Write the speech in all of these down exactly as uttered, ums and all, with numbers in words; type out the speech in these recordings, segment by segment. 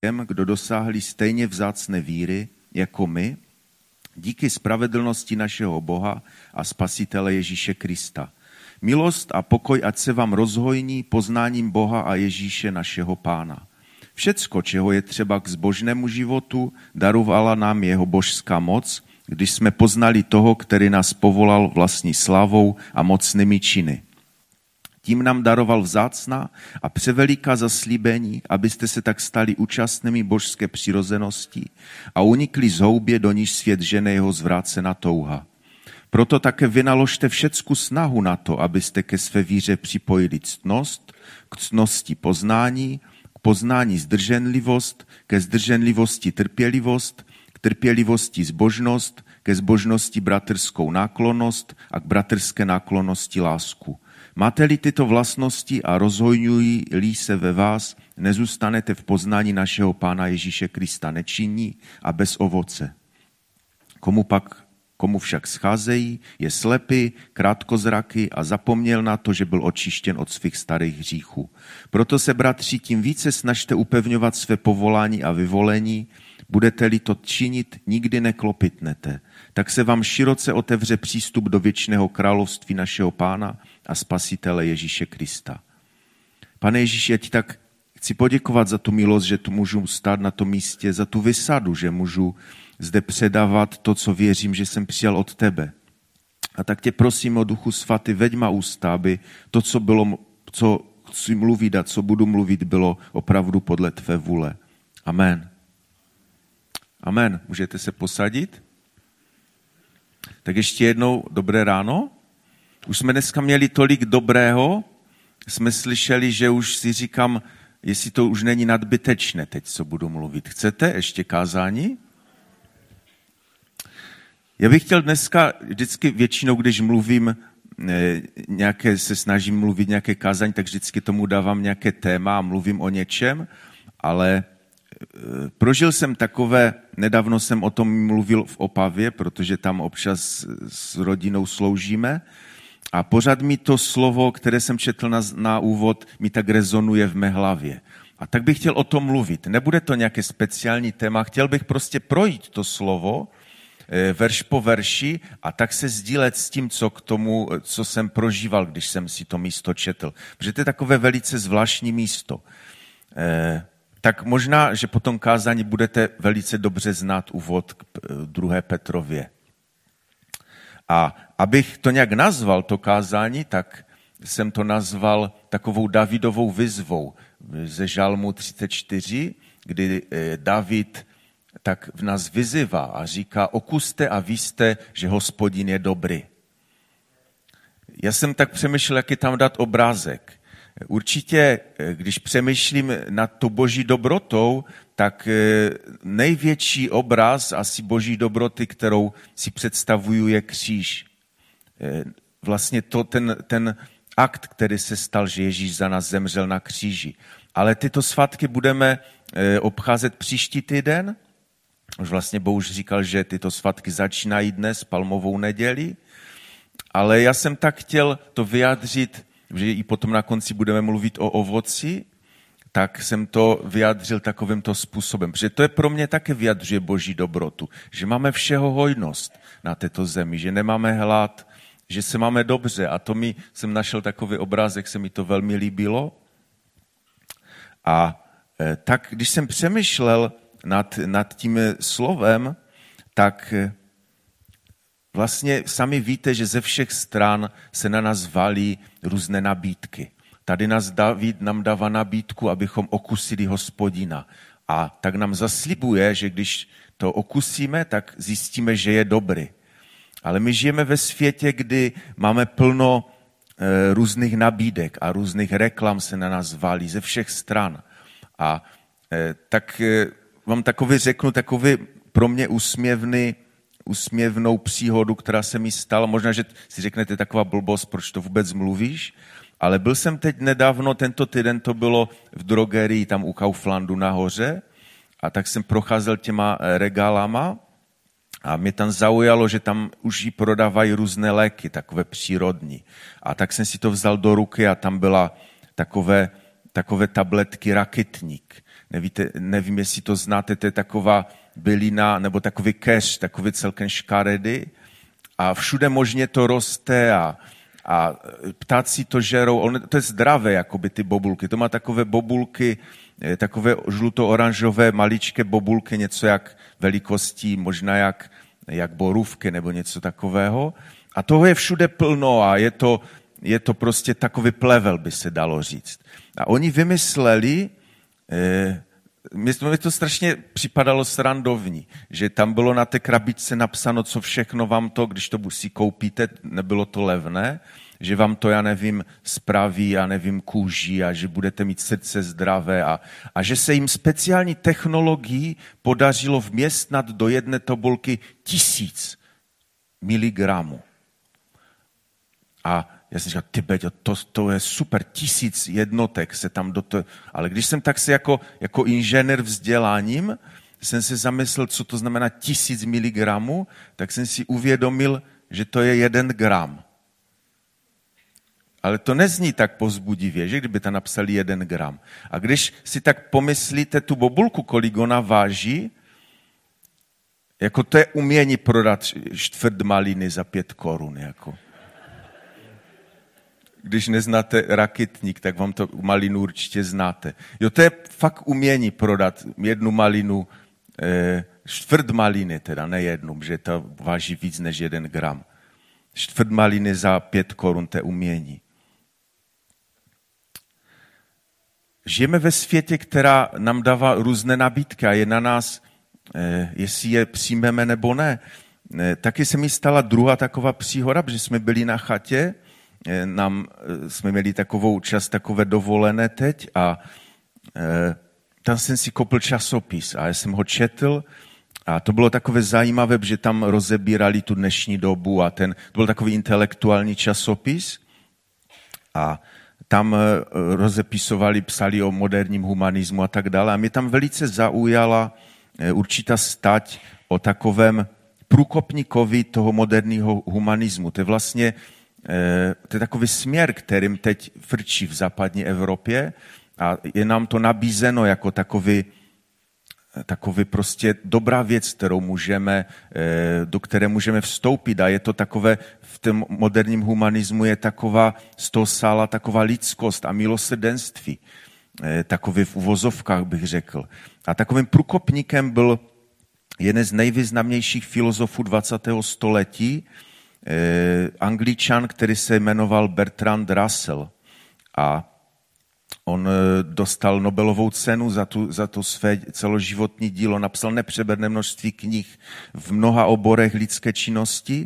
těm, kdo dosáhli stejně vzácné víry jako my, díky spravedlnosti našeho Boha a Spasitele Ježíše Krista. Milost a pokoj ať se vám rozhojní poznáním Boha a Ježíše našeho Pána. Všecko, čeho je třeba k zbožnému životu, darovala nám jeho božská moc, když jsme poznali toho, který nás povolal vlastní slavou a mocnými činy. Tím nám daroval vzácná a převeliká zaslíbení, abyste se tak stali účastnými božské přirozenosti a unikli z houbě, do níž svět žene jeho zvrácená touha. Proto také vynaložte všecku snahu na to, abyste ke své víře připojili ctnost, k ctnosti poznání, k poznání zdrženlivost, ke zdrženlivosti trpělivost, k trpělivosti zbožnost, ke zbožnosti bratrskou náklonnost a k bratrské náklonnosti lásku. Máte-li tyto vlastnosti a rozhojňují-li se ve vás, nezůstanete v poznání našeho Pána Ježíše Krista nečinní a bez ovoce. Komu pak, komu však scházejí, je slepý, krátkozraký a zapomněl na to, že byl očištěn od svých starých hříchů. Proto se, bratři, tím více snažte upevňovat své povolání a vyvolení, budete-li to činit, nikdy neklopitnete. Tak se vám široce otevře přístup do věčného království našeho Pána a Spasitele Ježíše Krista. Pane Ježíši, já ti tak chci poděkovat za tu milost, že tu můžu stát na tom místě, za tu vysadu, že můžu zde předávat to, co věřím, že jsem přijal od tebe. A tak tě prosím o Duchu Svatý, veď má ústa, aby to, co bylo, co chci mluvit a co budu mluvit, bylo opravdu podle tvé vůle. Amen. Amen. Můžete se posadit? Tak ještě jednou dobré ráno. Už jsme dneska měli tolik dobrého, jsme slyšeli, že už si říkám, jestli to už není nadbytečné teď, co budu mluvit. Chcete ještě kázání? Já bych chtěl dneska, vždycky většinou, když mluvím, nějaké, se snažím mluvit nějaké kázání, tak vždycky tomu dávám nějaké téma a mluvím o něčem, ale prožil jsem takové, nedávno jsem o tom mluvil v Opavě, protože tam občas s rodinou sloužíme a pořád mi to slovo, které jsem četl na, na úvod, mi tak rezonuje v mé hlavě. A tak bych chtěl o tom mluvit. Nebude to nějaké speciální téma, chtěl bych prostě projít to slovo, verš po verši a tak se sdílet s tím, co k tomu, co jsem prožíval, když jsem si to místo četl. Protože to je takové velice zvláštní místo. Tak možná, že po tom kázání budete velice dobře znát úvod k druhé Petrově. A abych to nějak nazval, to kázání, tak jsem to nazval takovou Davidovou výzvou ze Žalmu třicet čtyři, kdy David tak v nás vyzývá a říká, okuste a víste, že Hospodin je dobrý. Já jsem tak přemýšlel, jaký tam dát obrázek. Určitě, když přemýšlím nad tou boží dobrotou, tak největší obraz asi boží dobroty, kterou si představuju, je kříž. Vlastně to ten, ten akt, který se stal, že Ježíš za nás zemřel na kříži. Ale tyto svátky budeme obcházet příští týden. Už vlastně Bohuž říkal, že tyto svátky začínají dnes, palmovou neděli. Ale já jsem tak chtěl to vyjádřit, že i potom na konci budeme mluvit o ovoci, tak jsem to vyjádřil takovýmto způsobem. Protože to je pro mě také vyjadřuje boží dobrotu, že máme všeho hojnost na této zemi, že nemáme hlad, že se máme dobře. A to mi jsem našel takový obrázek, se mi to velmi líbilo. A e, tak, když jsem přemýšlel nad, nad tím slovem, tak vlastně sami víte, že ze všech stran se na nás valí různé nabídky. Tady nás David nám dává nabídku, abychom okusili Hospodina. A tak nám zaslibuje, že když to okusíme, tak zjistíme, že je dobrý. Ale my žijeme ve světě, kdy máme plno e, různých nabídek a různých reklam se na nás valí ze všech stran. A e, tak e, vám takový řeknu, takový pro mě úsměvný úsměvnou příhodu, která se mi stala. Možná, že si řeknete taková blbost, proč to vůbec mluvíš, ale byl jsem teď nedávno, tento týden to bylo v drogerii tam u Kauflandu nahoře a tak jsem procházel těma regálama a mě tam zaujalo, že tam už i prodávají různé léky, takové přírodní. A tak jsem si to vzal do ruky a tam byla takové, takové tabletky Rakitník. Nevíte, nevím, jestli to znáte, to je taková bylina, nebo takový keř, takový celkem škaredý. A všude možně to roste a, a ptáci to žerou. On, to je zdravé, jakoby ty bobulky. To má takové bobulky, takové žluto-oranžové maličké bobulky, něco jak velikostí, možná jak, jak borůvky nebo něco takového. A toho je všude plno a je to, je to prostě takový plevel, by se dalo říct. A oni vymysleli, eh, mě to strašně připadalo srandovní, že tam bylo na té krabičce napsáno, co všechno vám to, když to si koupíte, nebylo to levné, že vám to, já nevím, spraví, já nevím, kůži a že budete mít srdce zdravé a, a že se jim speciální technologií podařilo vměstnat do jedné tobolky tisíc miligramů. A já jsem říkal, ty Beďo, to, to je super, tisíc jednotek se tam do toho... Ale když jsem tak se jako, jako inženýr vzděláním, jsem se zamyslel, co to znamená tisíc miligramů, tak jsem si uvědomil, že to je jeden gram. Ale to nezní tak povzbudivě, že kdyby tam napsali jeden gram. A když si tak pomyslíte tu bobulku, kolik ona váží, jako to je umění prodat čtvrt maliny za pět korun, jako... Když neznáte rakitník, tak vám to malinu určitě znáte. Jo, to je fakt umění prodat jednu malinu, eh, čtvrt maliny, teda ne jednu, že to váží víc než jeden gram. Čtvrt maliny za pět korun, to je umění. Žijeme ve světě, která nám dává různé nabídky a je na nás, eh, jestli je přijmeme nebo ne. Eh, taky se mi stala druhá taková příhoda, protože jsme byli na chatě, nám, jsme měli takovou čas, takové dovolené teď a e, tam jsem si koupil časopis a já jsem ho četl a to bylo takové zajímavé, že tam rozebírali tu dnešní dobu a ten, to byl takový intelektuální časopis a tam e, rozepisovali, psali o moderním humanismu a tak dále a mě tam velice zaujala e, určitá stať o takovém průkopníkovi toho moderního humanismu. To je vlastně to je takový směr, kterým teď frčí v západní Evropě a je nám to nabízeno jako takový, takový prostě dobrá věc, kterou můžeme, do které můžeme vstoupit a je to takové, v tom moderním humanismu je taková z toho sála taková lidskost a milosrdenství, takový v uvozovkách bych řekl. A takovým průkopníkem byl jeden z nejvýznamnějších filozofů dvacátého století, Angličan, který se jmenoval Bertrand Russell a on dostal Nobelovou cenu za, tu, za to své celoživotní dílo, napsal nepřeberné množství knih v mnoha oborech lidské činnosti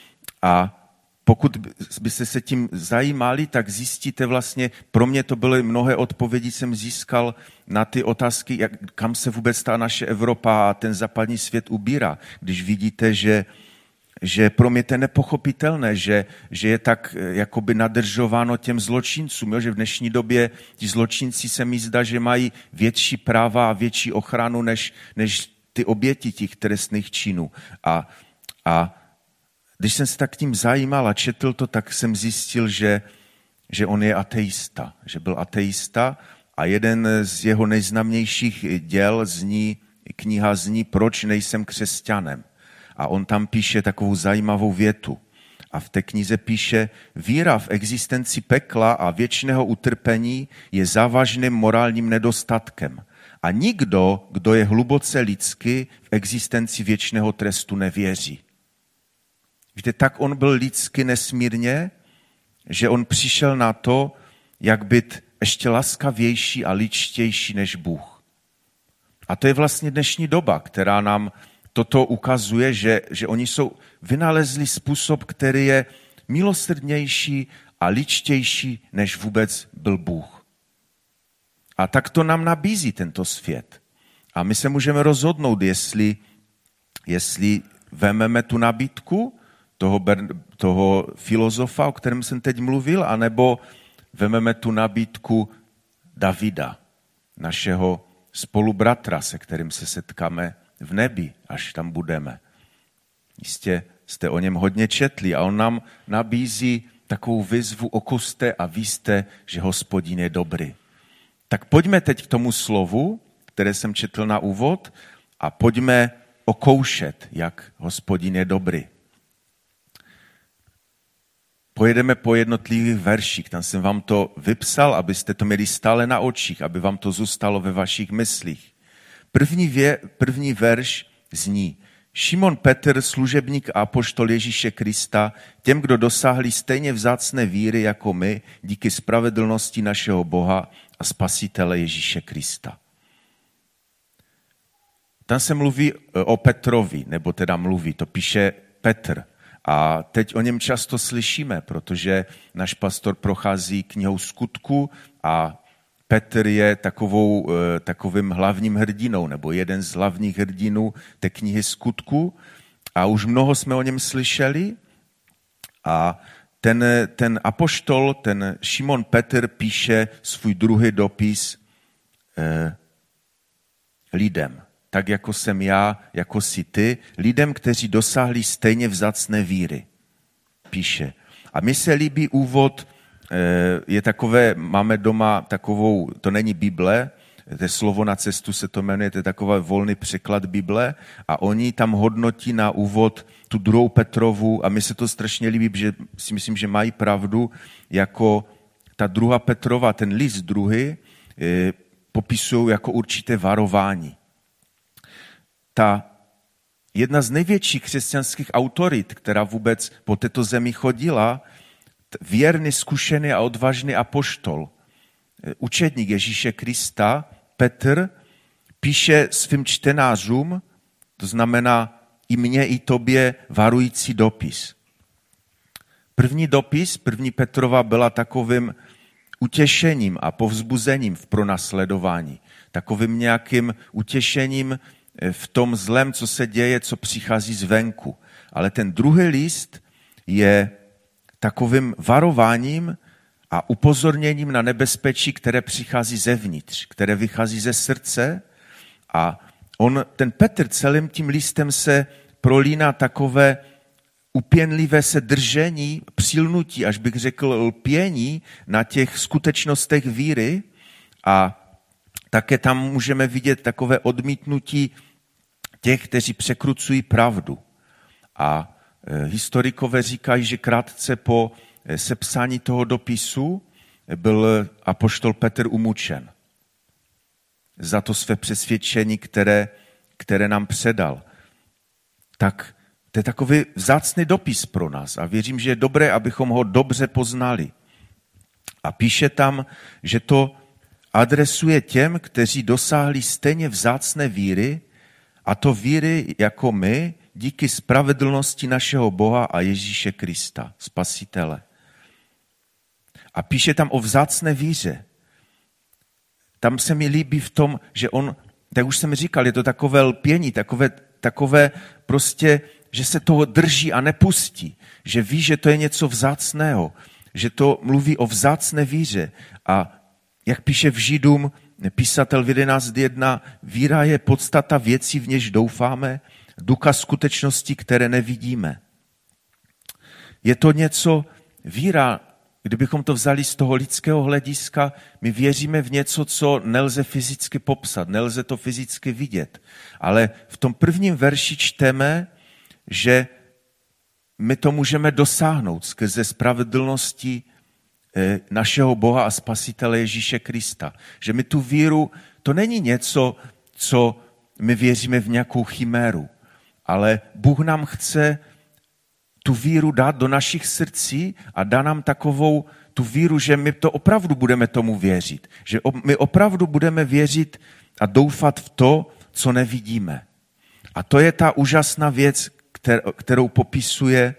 a pokud byste se tím zajímali, tak zjistíte vlastně, pro mě to byly mnohé odpovědi, jsem získal na ty otázky, jak, kam se vůbec ta naše Evropa a ten západní svět ubírá, když vidíte, že že pro mě to je nepochopitelné, že, že je tak jakoby nadržováno těm zločincům, jo? Že v dnešní době ti zločinci se mi zdá, že mají větší práva a větší ochranu než, než ty oběti těch trestných činů. A, a když jsem se tak tím zajímal a četl to, tak jsem zjistil, že, že on je ateista, že byl ateista a jeden z jeho nejznámějších děl zní, kniha zní Proč nejsem křesťanem. A on tam píše takovou zajímavou větu. A v té knize píše, víra v existenci pekla a věčného utrpení je závažným morálním nedostatkem. A nikdo, kdo je hluboce lidsky, v existenci věčného trestu nevěří. Víte, tak on byl lidsky nesmírně, že on přišel na to, jak být ještě laskavější a lidštější než Bůh. A to je vlastně dnešní doba, která nám toto ukazuje, že, že oni jsou vynalezli způsob, který je milosrdnější a lidštější, než vůbec byl Bůh. A tak to nám nabízí tento svět. A my se můžeme rozhodnout, jestli, jestli vememe tu nabídku toho, toho filozofa, o kterém jsem teď mluvil, anebo vememe tu nabídku Davida, našeho spolubratra, se kterým se setkáme v nebi, až tam budeme. Jistě jste o něm hodně četli a on nám nabízí takovou výzvu, okuste a víste, že Hospodin je dobrý. Tak pojďme teď k tomu slovu, které jsem četl na úvod, a pojďme okoušet, jak Hospodin je dobrý. Pojedeme po jednotlivých verších, tam jsem vám to vypsal, abyste to měli stále na očích, aby vám to zůstalo ve vašich myslích. První, vě, první verš zní: Šimon Petr, služebník a apoštol Ježíše Krista, těm, kdo dosáhli stejně vzácné víry jako my, díky spravedlnosti našeho Boha a Spasitele Ježíše Krista. Tam se mluví o Petrovi, nebo teda mluví, to píše Petr. A teď o něm často slyšíme, protože náš pastor prochází knihou Skutku a Petr je takovou, takovým hlavním hrdinou, nebo jeden z hlavních hrdinů té knihy Skutku. A už mnoho jsme o něm slyšeli. A ten, ten apoštol, ten Šimon Petr píše svůj druhý dopis eh, lidem. Tak jako jsem já, jako jsi ty, lidem, kteří dosáhli stejně vzácné víry. Píše. A mně se líbí úvod, je takové, máme doma takovou, to není Bible, to je Slovo na cestu se to jmenuje, to je takový volný překlad Bible a oni tam hodnotí na úvod tu druhou Petrovu a mně se to strašně líbí, že si myslím, že mají pravdu, jako ta druhá Petrova, ten list druhý, popisují jako určité varování. Ta jedna z největších křesťanských autorit, která vůbec po této zemi chodila, věrný, zkušený a odvážný apoštol, učedník Ježíše Krista, Petr, píše svým čtenářům, to znamená i mně, i tobě, varující dopis. První dopis, první Petrova, byla takovým utěšením a povzbuzením v pronásledování. Takovým nějakým utěšením v tom zlém, co se děje, co přichází zvenku. Ale ten druhý list je takovým varováním a upozorněním na nebezpečí, které přichází zevnitř, které vychází ze srdce. A on, ten Petr celým tím listem se prolíná takové upěnlivé se držení, přilnutí, až bych řekl lpění na těch skutečnostech víry a také tam můžeme vidět takové odmítnutí těch, kteří překrucují pravdu. A historikové říkají, že krátce po sepsání toho dopisu byl apoštol Petr umučen za to své přesvědčení, které, které nám předal. Tak to je takový vzácný dopis pro nás a věřím, že je dobré, abychom ho dobře poznali. A píše tam, že to adresuje těm, kteří dosáhli stejně vzácné víry, a to víry jako my, díky spravedlnosti našeho Boha a Ježíše Krista, Spasitele. A píše tam o vzácné víře. Tam se mi líbí v tom, že on, tak už jsem říkal, je to takové lpění, takové, takové prostě, že se toho drží a nepustí, že ví, že to je něco vzácného, že to mluví o vzácné víře. A jak píše v Židům písatel v jedenáct jedna, víra je podstata věcí, v něž doufáme, důkaz skutečnosti, které nevidíme. Je to něco, víra, kdybychom to vzali z toho lidského hlediska, my věříme v něco, co nelze fyzicky popsat, nelze to fyzicky vidět. Ale v tom prvním verši čteme, že my to můžeme dosáhnout skrze spravedlnosti našeho Boha a Spasitele Ježíše Krista. Že my tu víru, to není něco, co my věříme v nějakou chiméru, ale Bůh nám chce tu víru dát do našich srdcí a dá nám takovou tu víru, že my to opravdu budeme tomu věřit. Že my opravdu budeme věřit a doufat v to, co nevidíme. A to je ta úžasná věc, kterou popisuje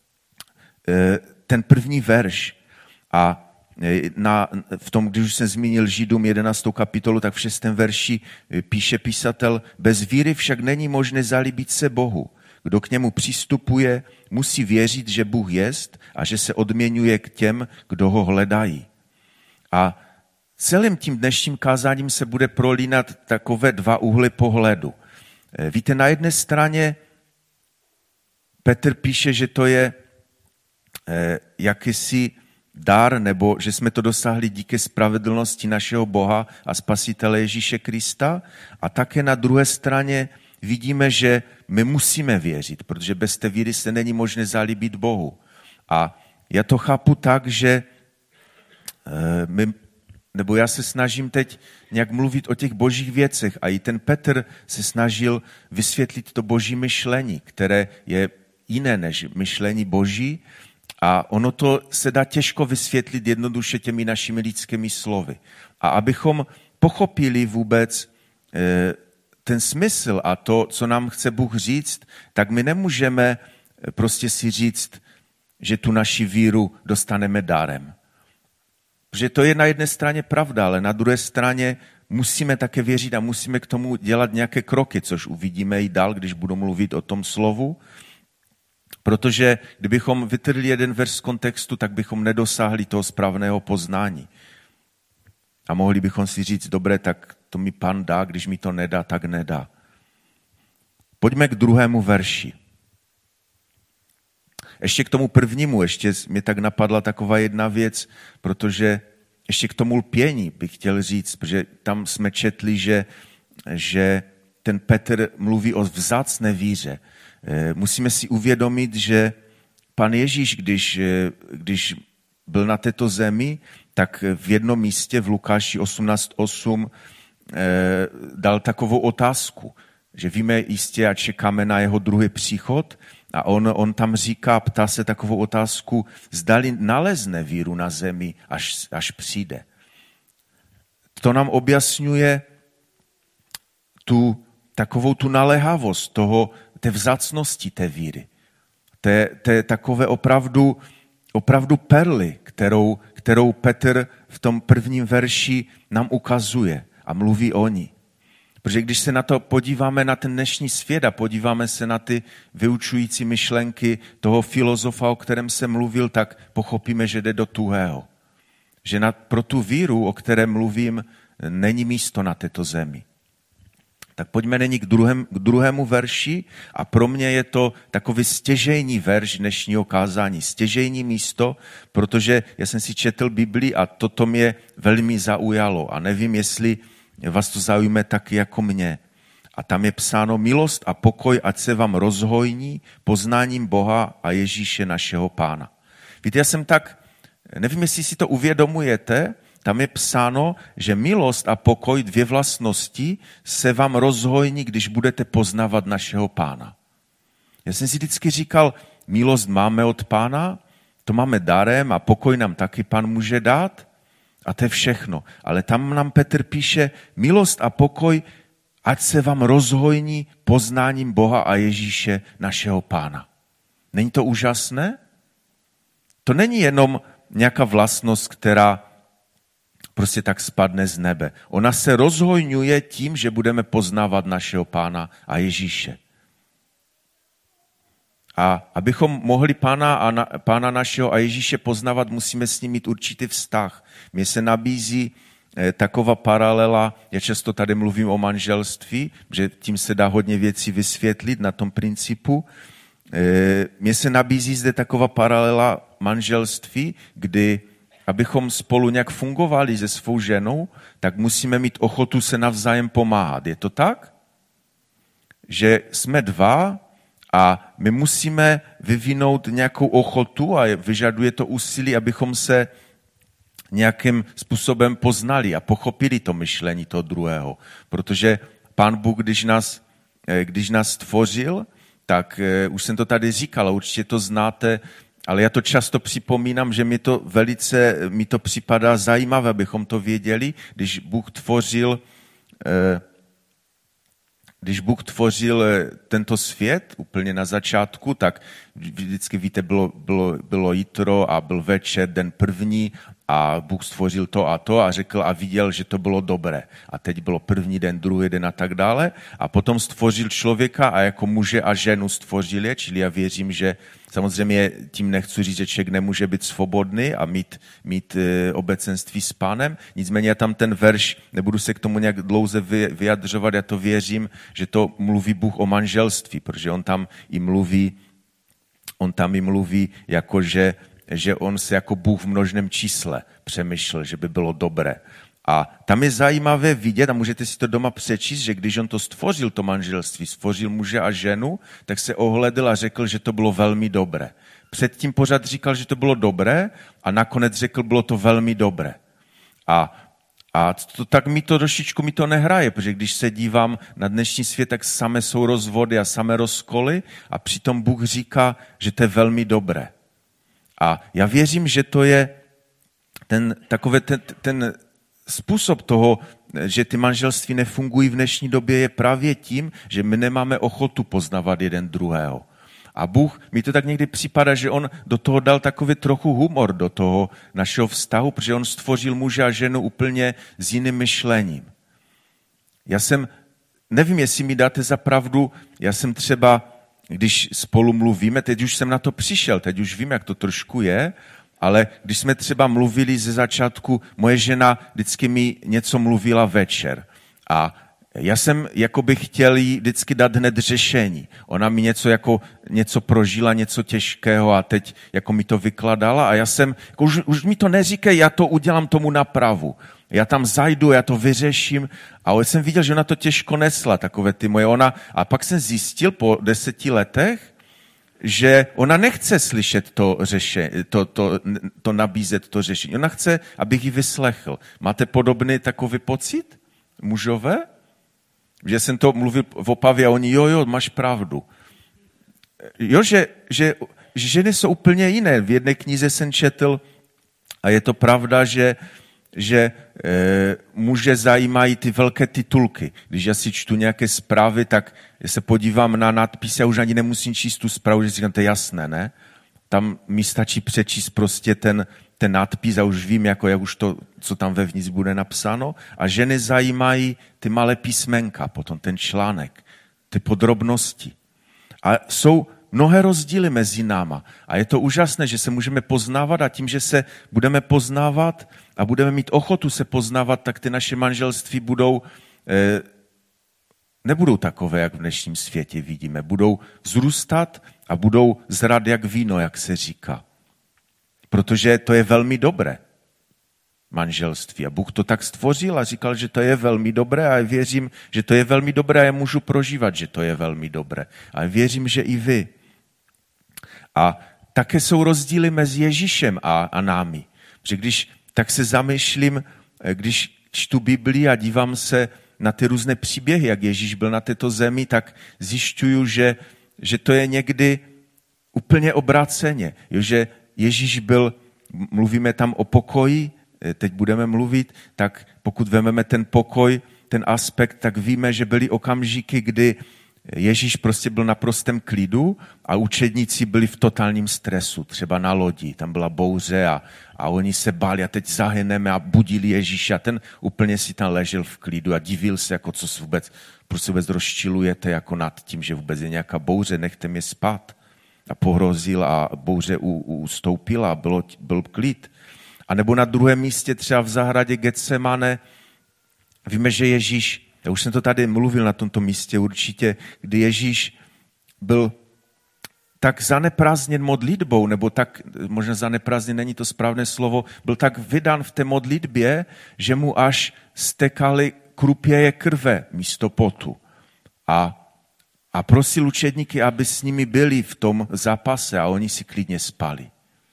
ten první verš. A na, v tom, když už jsem zmínil Židům jedenáctou kapitolu, tak v šestém verši píše písatel, bez víry však není možné zalíbit se Bohu. Kdo k němu přistupuje, musí věřit, že Bůh jest a že se odměňuje k těm, kdo ho hledají. A celým tím dnešním kázáním se bude prolínat takové dva úhly pohledu. Víte, na jedné straně Petr píše, že to je jakýsi dar, nebo že jsme to dosáhli díky spravedlnosti našeho Boha a Spasitele Ježíše Krista. A také na druhé straně vidíme, že my musíme věřit, protože bez té víry se není možné zalíbit Bohu. A já to chápu tak, že my, nebo já se snažím teď nějak mluvit o těch božích věcech a i ten Petr se snažil vysvětlit to boží myšlení, které je jiné než myšlení boží a ono to se dá těžko vysvětlit jednoduše těmi našimi lidskými slovy. A abychom pochopili vůbec ten smysl a to, co nám chce Bůh říct, tak my nemůžeme prostě si říct, že tu naši víru dostaneme darem. Protože to je na jedné straně pravda, ale na druhé straně musíme také věřit a musíme k tomu dělat nějaké kroky, což uvidíme i dál, když budu mluvit o tom slovu. Protože kdybychom vytrhli jeden verš z kontextu, tak bychom nedosáhli toho správného poznání. A mohli bychom si říct, dobré, tak to mi Pán dá, když mi to nedá, tak nedá. Pojďme k druhému verši. Ještě k tomu prvnímu, ještě mě tak napadla taková jedna věc, protože ještě k tomu lpění bych chtěl říct, protože tam jsme četli, že, že ten Petr mluví o vzácné víře. Musíme si uvědomit, že Pan Ježíš, když, když byl na této zemi, tak v jednom místě v Lukáši osmnáct osm dal takovou otázku, že víme jistě a čekáme na jeho druhý příchod a on, on tam říká, ptá se takovou otázku, zdali nalezne víru na zemi, až, až přijde. To nám objasňuje tu takovou tu naléhavost toho, té vzácnosti té víry. Té, té takové opravdu, opravdu perly, kterou, kterou Petr v tom prvním verši nám ukazuje a mluví o ní. Protože když se na to podíváme na ten dnešní svět a podíváme se na ty vyučující myšlenky toho filozofa, o kterém jsem mluvil, tak pochopíme, že jde do tuhého. Že na, pro tu víru, o které mluvím, není místo na této zemi. Tak pojďme nyní k, druhém, k druhému verši a pro mě je to takový stěžejní verš dnešního kázání. Stěžejní místo, protože já jsem si četl Biblii a toto mě velmi zaujalo a nevím, jestli vás to zaujme taky jako mě. A tam je psáno milost a pokoj, ať se vám rozhojní poznáním Boha a Ježíše našeho Pána. Víte, já jsem tak, nevím, jestli si to uvědomujete, tam je psáno, že milost a pokoj, dvě vlastnosti, se vám rozhojní, když budete poznávat našeho Pána. Já jsem si vždycky říkal, milost máme od Pána, to máme darem a pokoj nám taky Pán může dát a to je všechno. Ale tam nám Petr píše, milost a pokoj, ať se vám rozhojní poznáním Boha a Ježíše našeho Pána. Není to úžasné? To není jenom nějaká vlastnost, která prostě tak spadne z nebe. Ona se rozhojňuje tím, že budeme poznávat našeho Pána a Ježíše. A abychom mohli Pána, a na, Pána našeho a Ježíše poznávat, musíme s ním mít určitý vztah. Mně se nabízí eh, taková paralela, já často tady mluvím o manželství, že tím se dá hodně věcí vysvětlit na tom principu. Eh, mně se nabízí zde taková paralela manželství, kdy abychom spolu nějak fungovali se svou ženou, tak musíme mít ochotu se navzájem pomáhat. Je to tak? Že jsme dva a my musíme vyvinout nějakou ochotu a vyžaduje to úsilí, abychom se nějakým způsobem poznali a pochopili to myšlení toho druhého. Protože Pán Bůh, když nás, když nás stvořil, tak už jsem to tady říkal, určitě to znáte, ale já to často připomínám, že mi to velice, mi to připadá zajímavé, abychom to věděli, když Bůh tvořil, když Bůh tvořil tento svět úplně na začátku, tak vždycky víte, bylo, bylo, bylo jitro a byl večer, den první a Bůh stvořil to a to a řekl a viděl, že to bylo dobré. A teď bylo první den, druhý den a tak dále. A potom stvořil člověka a jako muže a ženu stvořil je, čili já věřím, že samozřejmě tím nechci říct, že člověk nemůže být svobodný a mít, mít e, obecenství s Pánem. Nicméně tam ten verš, nebudu se k tomu nějak dlouze vyjadřovat, já to věřím, že to mluví Bůh o manželství, protože on tam i mluví, on tam i mluví, jakože že on se jako Bůh v množném čísle přemýšlel, že by bylo dobré. A tam je zajímavé vidět, a můžete si to doma přečíst, že když on to stvořil, to manželství, stvořil muže a ženu, tak se ohledl a řekl, že to bylo velmi dobré. Předtím pořád říkal, že to bylo dobré a nakonec řekl, bylo to velmi dobré. A, a to, tak mi to trošičku mi to nehraje, protože když se dívám na dnešní svět, tak samé jsou rozvody a samé rozkoly a přitom Bůh říká, že to je velmi dobré. A já věřím, že to je ten, takové ten, ten způsob toho, že ty manželství nefungují v dnešní době, je právě tím, že my nemáme ochotu poznávat jeden druhého. A Bůh, mi to tak někdy připadá, že on do toho dal takový trochu humor do toho našeho vztahu, protože on stvořil muže a ženu úplně s jiným myšlením. Já jsem, nevím, jestli mi dáte za pravdu, já jsem třeba, když spolu mluvíme, teď už jsem na to přišel, teď už vím, jak to trošku je, ale když jsme třeba mluvili ze začátku, moje žena vždycky mi něco mluvila večer a já jsem jakoby chtěl jí vždycky dát hned řešení. Ona mi něco jako něco prožila, něco těžkého a teď jako mi to vykladala a já jsem, jako už, už mi to neříkej, já to udělám tomu napravu. Já tam zajdu, já to vyřeším a já jsem viděl, že ona to těžko nesla, takové ty moje ona. A pak jsem zjistil po deseti letech, že ona nechce slyšet to řešení, to, to, to nabízet to řešení. Ona chce, abych ji vyslechl. Máte podobný takový pocit, mužové? Že jsem to mluvil v Opavě a oni, jo, jo, máš pravdu. Jo, že, že, že ženy jsou úplně jiné. V jedné knize jsem četl a je to pravda, že, že e, muže zajímají ty velké titulky. Když já si čtu nějaké zprávy, tak se podívám na nadpisy a už ani nemusím číst tu zprávu, že si říkám, to je jasné, ne? Tam mi stačí přečíst prostě ten, ten nadpis a už vím, jako, jak už to, co tam vevnitř bude napsáno. A ženy zajímají ty malé písmenka, potom ten článek, ty podrobnosti. A jsou mnohé rozdíly mezi náma. A je to úžasné, že se můžeme poznávat a tím, že se budeme poznávat a budeme mít ochotu se poznávat, tak ty naše manželství budou, eh, nebudou takové, jak v dnešním světě vidíme. Budou vzrůstat a budou zrát jak víno, jak se říká. Protože to je velmi dobré, manželství. A Bůh to tak stvořil a říkal, že to je velmi dobré a věřím, že to je velmi dobré a já můžu prožívat, že to je velmi dobré. A věřím, že i vy. A také jsou rozdíly mezi Ježíšem a, a námi. Protože když tak se zamýšlím, když čtu Biblii a dívám se na ty různé příběhy, jak Ježíš byl na této zemi, tak zjišťuju, že, že to je někdy úplně obráceně. Jo, že Ježíš byl, mluvíme tam o pokoji, teď budeme mluvit, tak pokud vezmeme ten pokoj, ten aspekt, tak víme, že byly okamžiky, kdy Ježíš prostě byl na prostém klidu a učedníci byli v totálním stresu, třeba na lodi, tam byla bouře a, a oni se báli a teď zahyneme a budili Ježíše a ten úplně si tam ležel v klidu a divil se, jako co se vůbec, proč se vůbec rozčilujete jako nad tím, že vůbec je nějaká bouře, nechte mě spát. A pohrozil a bouře ustoupila a bylo, byl klid. A nebo na druhém místě třeba v zahradě Getsemane víme, že Ježíš, já už jsem to tady mluvil na tomto místě určitě, kdy Ježíš byl tak zaneprázdněn modlitbou, nebo tak, možná zaneprázdněn není to správné slovo, byl tak vydán v té modlitbě, že mu až stekaly krupěje krve místo potu. A A prosil učedníky, aby s nimi byli v tom zápase a oni si klidně spali.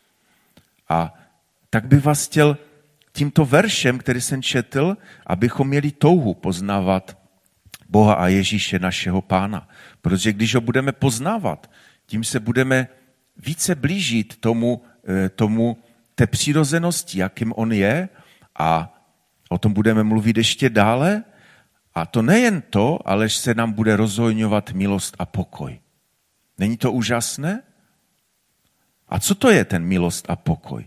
A tak bych vás chtěl tímto veršem, který jsem četl, abychom měli touhu poznávat Boha a Ježíše, našeho Pána. Protože když ho budeme poznávat, tím se budeme více blížit tomu, tomu té přirozenosti, jakým on je, a o tom budeme mluvit ještě dále. A to nejen to, ale se nám bude rozhojňovat milost a pokoj. Není to úžasné? A co to je ten milost a pokoj?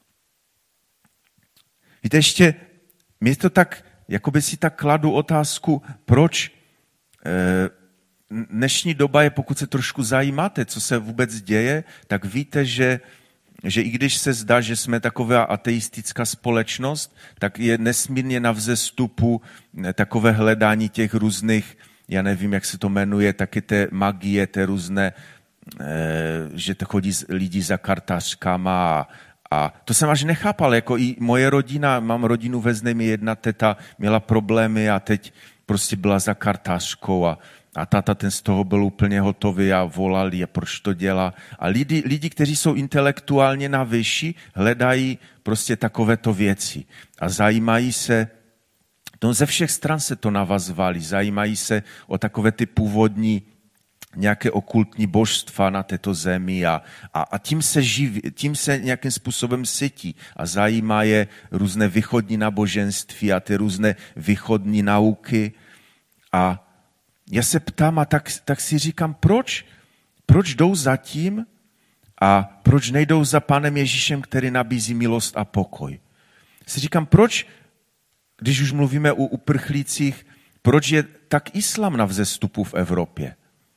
Víte, ještě mě to tak, jakoby si tak kladu otázku, proč eh, dnešní doba je, pokud se trošku zajímáte, co se vůbec děje, tak víte, že že i když se zdá, že jsme taková ateistická společnost, tak je nesmírně na vzestupu takové hledání těch různých, já nevím, jak se to jmenuje, taky té magie, té různé že to chodí lidi za kartářkama a, a to jsem až nechápal, jako i moje rodina, mám rodinu ve Znojmě, jedna teta měla problémy a teď prostě byla za kartářkou a, a táta ten z toho byl úplně hotový a volali a proč to dělá. A lidi, lidi, kteří jsou intelektuálně na vyšší, hledají prostě takovéto věci a zajímají se, no ze všech stran se to navazovali, zajímají se o takové ty původní nějaké okultní božstva na této zemi a, a, a tím, se živí, tím se nějakým způsobem sytí a zajímá je různé východní náboženství a ty různé východní nauky. A já se ptám a tak, tak si říkám, proč? Proč jdou za tím a proč nejdou za Pánem Ježíšem, který nabízí milost a pokoj? Si říkám, proč, když už mluvíme o uprchlících, proč je tak islám na vzestupu v Evropě?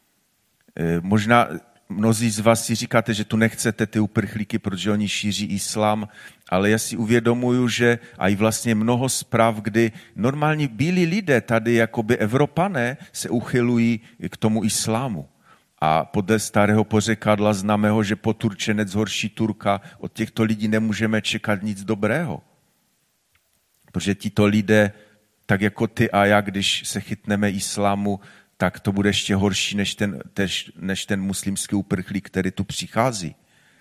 Možná mnozí z vás si říkáte, že tu nechcete ty uprchlíky, protože oni šíří islám, ale já si uvědomuju, že i vlastně mnoho zpráv, kdy normální bílí lidé tady, jakoby Evropané, se uchylují k tomu islámu. A podle starého pořekadla známého, že poturčenec horší Turka, od těchto lidí nemůžeme čekat nic dobrého. Protože tito lidé, tak jako ty a já, když se chytneme islámu, tak to bude ještě horší než ten, tež, než ten muslimský uprchlík, který tu přichází.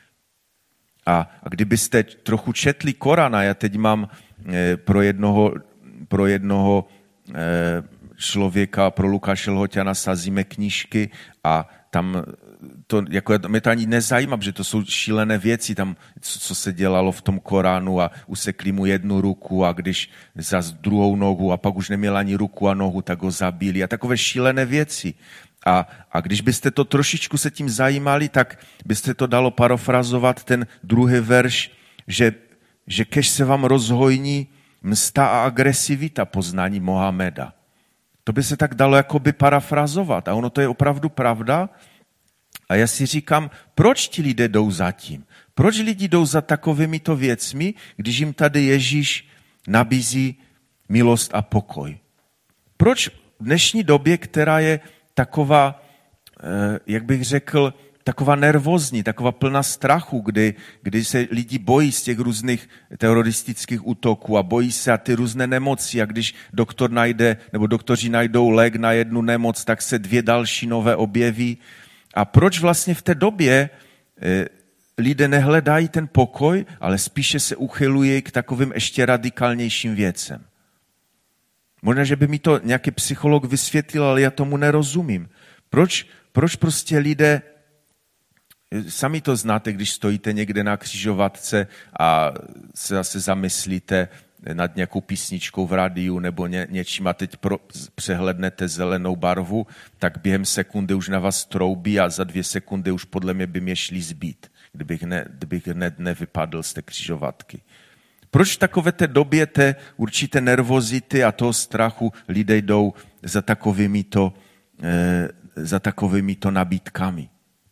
A, a kdybyste trochu četli Korana, já teď mám eh, pro jednoho, pro jednoho eh, člověka, pro Lukáše Lhoťana sázíme knížky a tam to, jako mě to ani nezajímá, protože to jsou šílené věci, tam, co, co se dělalo v tom Koránu a usekli mu jednu ruku a když zas druhou nohu a pak už neměl ani ruku a nohu, tak ho zabili a takové šílené věci. A, a když byste to trošičku se tím zajímali, tak byste to dalo parafrazovat ten druhý verš, že, že kež se vám rozhojní msta a agresivita poznání Mohameda. To by se tak dalo jakoby parafrazovat a ono to je opravdu pravda. A já si říkám, proč ti lidé jdou za tím? Proč lidi jdou za takovýmito věcmi, když jim tady Ježíš nabízí milost a pokoj? Proč v dnešní době, která je taková, jak bych řekl, taková nervózní, taková plná strachu, kdy, kdy se lidi bojí z těch různých teroristických útoků a bojí se a ty různé nemoci a když doktor najde, nebo doktoři najdou lék na jednu nemoc, tak se dvě další nové objeví. A proč vlastně v té době eh, lidé nehledají ten pokoj, ale spíše se uchylují k takovým ještě radikálnějším věcem? Možná, že by mi to nějaký psycholog vysvětlil, ale já tomu nerozumím. Proč, proč prostě lidé, sami to znáte, když stojíte někde na křižovatce a se zase zamyslíte nad nějakou písničkou v rádiu nebo ně, něčím a teď pro, přehlednete zelenou barvu, tak během sekundy už na vás troubí a za dvě sekundy už podle mě by mě šli zbít, kdybych, ne, kdybych hned nevypadl z té křižovatky. Proč v takové té době té určité nervozity a toho strachu lidé jdou za takovýmito, eh, za takovýmito nabídkami?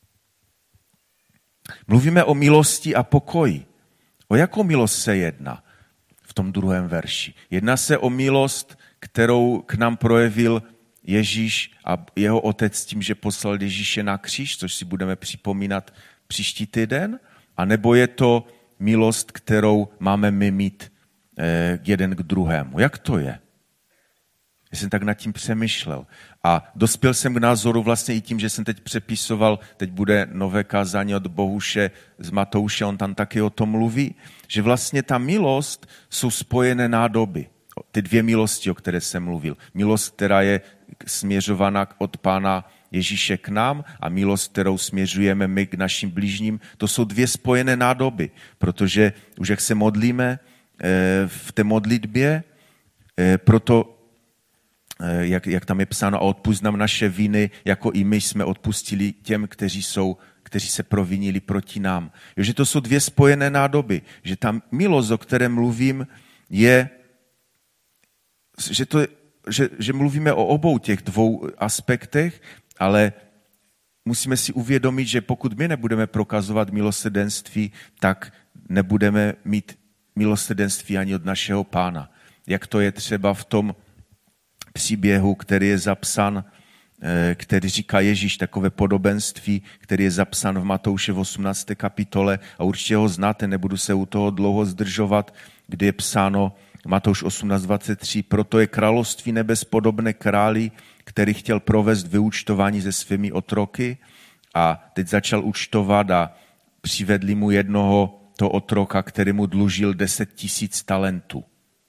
Mluvíme o milosti a pokoji. O jakou milost se jedná v tom druhém verši? Jedná se o milost, kterou k nám projevil Ježíš a jeho otec tím, že poslal Ježíše na kříž, což si budeme připomínat příští týden, a nebo je to milost, kterou máme my mít eh, jeden k druhému. Jak to je? Já jsem tak nad tím přemýšlel. A dospěl jsem k názoru vlastně i tím, že jsem teď přepisoval, teď bude nové kázání od Bohuše z Matouše, on tam taky o tom mluví, že vlastně ta milost jsou spojené nádoby. Ty dvě milosti, o které jsem mluvil. Milost, která je směřována od Pána Ježíše k nám a milost, kterou směřujeme my k našim blížním, to jsou dvě spojené nádoby, protože už jak se modlíme v té modlitbě, proto Jak, jak tam je psáno, a odpusť nám naše viny, jako i my jsme odpustili těm, kteří, jsou, kteří se provinili proti nám. Jo, že to jsou dvě spojené nádoby. Že ta milost, o které mluvím, je, že, to, že, že mluvíme o obou těch dvou aspektech, ale musíme si uvědomit, že pokud my nebudeme prokazovat milosrdenství, tak nebudeme mít milosrdenství ani od našeho Pána. Jak to je třeba v tom příběhu, který je zapsan který říká Ježíš, takové podobenství, který je zapsán v Matouše v osmnácté kapitole a určitě ho znáte, nebudu se u toho dlouho zdržovat, kde je psáno Matouš osmnáct dvacet tři, proto je království nebes podobné králi, který chtěl provést vyúčtování se svými otroky a teď začal účtovat a přivedli mu jednoho toho otroka, který mu dlužil deset tisíc talentů.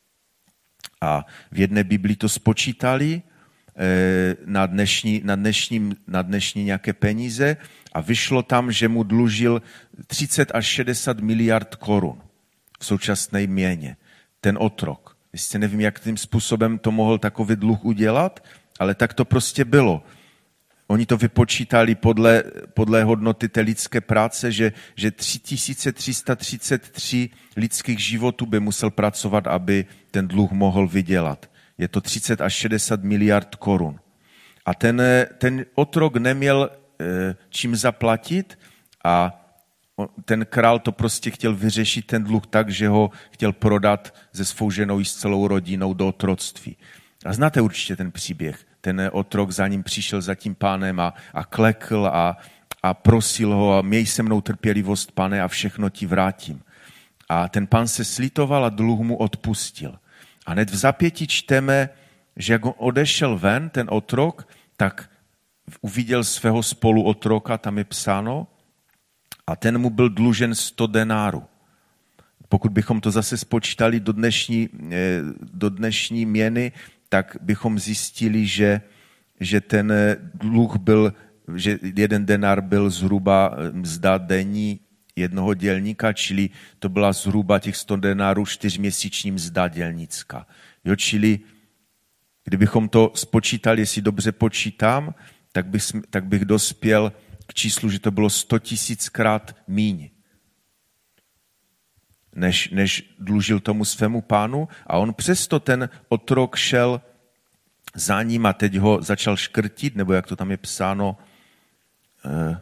A v jedné Biblii to spočítali na dnešní, na, dnešní, na dnešní nějaké peníze a vyšlo tam, že mu dlužil třicet až šedesát miliard korun v současné měně. Ten otrok. Jestli nevím, jak tím způsobem to mohl takový dluh udělat, ale tak to prostě bylo. Oni to vypočítali podle, podle hodnoty té lidské práce, že, že tři tisíce tři sta třicet tři lidských životů by musel pracovat, aby ten dluh mohl vydělat. Je to třicet až šedesát miliard korun. A ten, ten otrok neměl e, čím zaplatit a ten král to prostě chtěl vyřešit ten dluh tak, že ho chtěl prodat se svou ženou i s celou rodinou do otroctví. A znáte určitě ten příběh. Ten otrok za ním přišel za tím pánem a, a klekl a, a prosil ho, měj se mnou trpělivost, pane, a všechno ti vrátím. A ten pán se slitoval a dluh mu odpustil. A hned v zapětí čteme, že jak on odešel ven, ten otrok, tak uviděl svého spoluotroka, tam je psáno, a ten mu byl dlužen sto denárů. Pokud bychom to zase spočítali do dnešní, do dnešní měny, tak bychom zjistili, že, že ten dluh byl, že jeden denár byl zhruba mzda denní jednoho dělníka, čili to byla zhruba těch sto denárů čtyřměsíční mzda dělnická. Jo, čili kdybychom to spočítali, jestli dobře počítám, tak bych, tak bych dospěl k číslu, že to bylo sto tisíckrát míň, než, než dlužil tomu svému pánu. A on přesto ten otrok šel za ním a teď ho začal škrtit, nebo jak to tam je psáno, eh,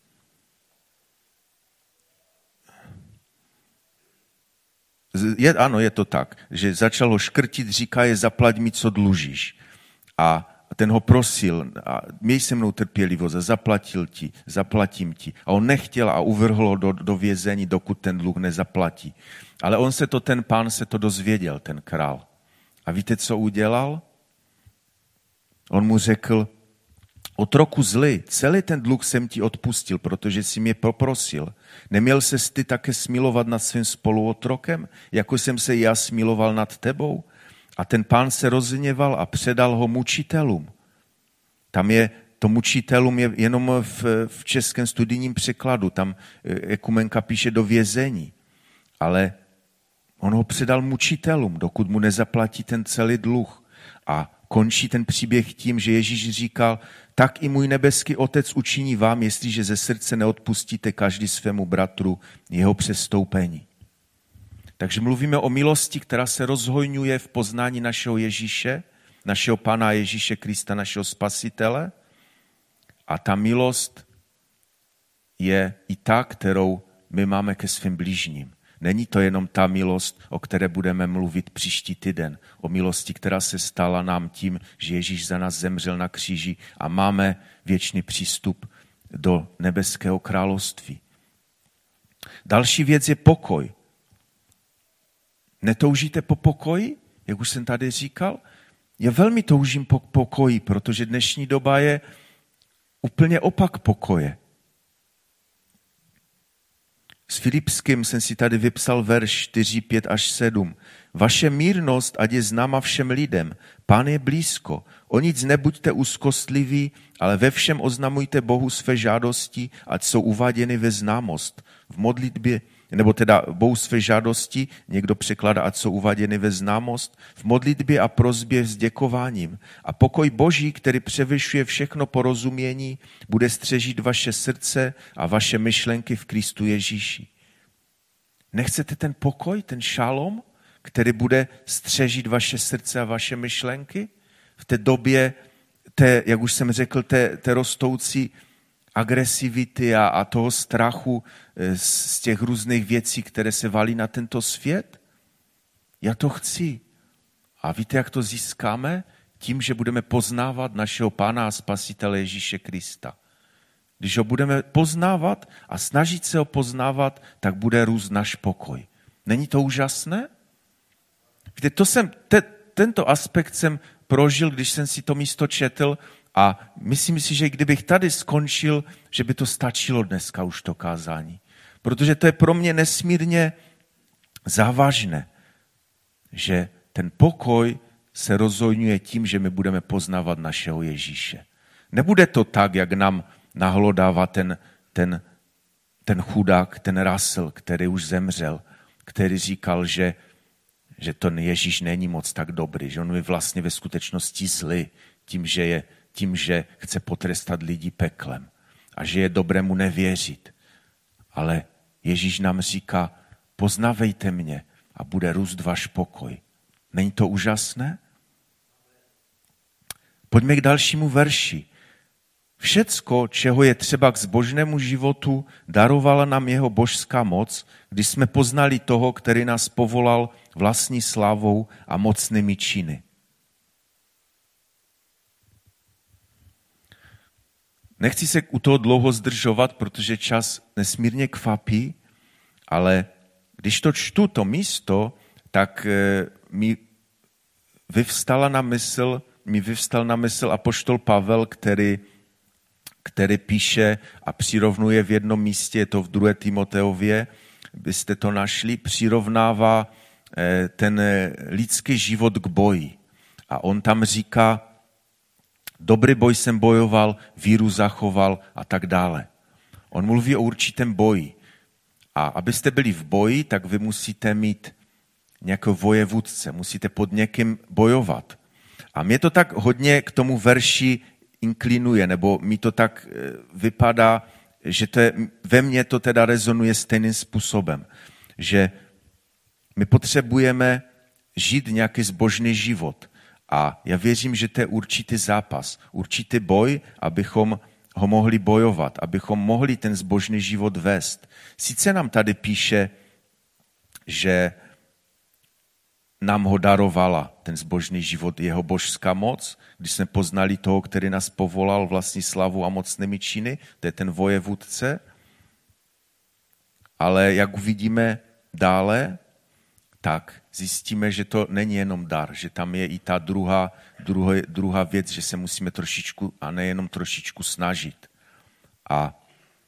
je, ano, je to tak, že začal ho škrtit, říká je, zaplať mi, co dlužíš. A ten ho prosil, a měj se mnou trpělivost a zaplatil ti, zaplatím ti. A on nechtěl a uvrhl ho do, do vězení, dokud ten dluh nezaplatí. Ale on se to, ten pán se to dozvěděl, ten král. A víte, co udělal? On mu řekl, otroku zlý, celý ten dluh jsem ti odpustil, protože jsi mě poprosil. Neměl ses ty také smilovat nad svým spoluotrokem, jako jsem se já smiloval nad tebou? A ten pán se rozhněval a předal ho mučitelům. Tam je, to mučitelům je jenom v, v českém studijním překladu, tam ekumenka píše do vězení. Ale on ho předal mučitelům, dokud mu nezaplatí ten celý dluh. A končí ten příběh tím, že Ježíš říkal, tak i můj nebeský otec učiní vám, jestliže ze srdce neodpustíte každý svému bratru jeho přestoupení. Takže mluvíme o milosti, která se rozhojňuje v poznání našeho Ježíše, našeho Pána Ježíše Krista, našeho Spasitele. A ta milost je i ta, kterou my máme ke svým blížním. Není to jenom ta milost, o které budeme mluvit příští týden. O milosti, která se stala nám tím, že Ježíš za nás zemřel na kříži a máme věčný přístup do nebeského království. Další věc je pokoj. Netoužíte po pokoji, jak už jsem tady říkal? Já velmi toužím po pokoji, protože dnešní doba je úplně opak pokoje. S Filipským jsem si tady vypsal verš čtyři, pět až sedm. Vaše mírnost, ať je známa všem lidem. Pán je blízko. O nic nebuďte úzkostliví, ale ve všem oznamujte Bohu své žádosti, ať jsou uváděny ve známost. V modlitbě, nebo teda Bohu své žádosti, někdo překládá, ať jsou uváděny ve známost, v modlitbě a prosbě s děkováním. A pokoj Boží, který převyšuje všechno porozumění, bude střežit vaše srdce a vaše myšlenky v Kristu Ježíši. Nechcete ten pokoj, ten šalom, který bude střežit vaše srdce a vaše myšlenky? V té době, té, jak už jsem řekl, té, té rostoucí agresivity a, a toho strachu z těch různých věcí, které se valí na tento svět? Já to chci. A víte, jak to získáme? tím, že budeme poznávat našeho Pána a Spasitele Ježíše Krista. Když ho budeme poznávat a snažit se ho poznávat, tak bude růst náš pokoj. Není to úžasné? Víte, to jsem, te, tento aspekt jsem prožil, když jsem si to místo četl a myslím si, že kdybych tady skončil, že by to stačilo dneska už to kázání. Protože to je pro mě nesmírně závažné, že ten pokoj se rozhojňuje tím, že my budeme poznávat našeho Ježíše. Nebude to tak, jak nám nahlodává ten, ten, ten chudák, ten Russell, který už zemřel, který říkal, že, že ten Ježíš není moc tak dobrý, že on je vlastně ve skutečnosti zlý tím, že, je, tím, že chce potrestat lidi peklem a že je dobré mu nevěřit. Ale Ježíš nám říká, poznávejte mě a bude růst váš pokoj. Není to úžasné? Pojďme k dalšímu verši. Všecko, čeho je třeba k zbožnému životu, darovala nám jeho božská moc, když jsme poznali toho, který nás povolal vlastní slávou a mocnými činy. Nechci se u toho dlouho zdržovat, protože čas nesmírně kvapí, ale když to čtu, to místo, tak mi vyvstala na mysl, mi vyvstal na mysl apoštol Pavel, který, který píše a přirovnuje v jednom místě, je to v druhé Timoteově, byste to našli, přirovnává ten lidský život k boji. A on tam říká, dobrý boj jsem bojoval, víru zachoval a tak dále. On mluví o určitém boji. A abyste byli v boji, tak vy musíte mít nějakého vojevůdce, musíte pod někým bojovat. A mě to tak hodně k tomu verši inklinuje, nebo mi to tak vypadá, že to je, ve mně to teda rezonuje stejným způsobem, že my potřebujeme žít nějaký zbožný život. A já věřím, že to je určitý zápas, určitý boj, abychom ho mohli bojovat, abychom mohli ten zbožný život vést. Sice nám tady píše, že nám ho darovala ten zbožný život, jeho božská moc, když jsme poznali toho, který nás povolal vlastní slavu a mocnými činy, to je ten vojevůdce. Ale jak uvidíme dále, tak zjistíme, že to není jenom dar, že tam je i ta druhá, druhá, druhá věc, že se musíme trošičku a nejenom trošičku snažit. A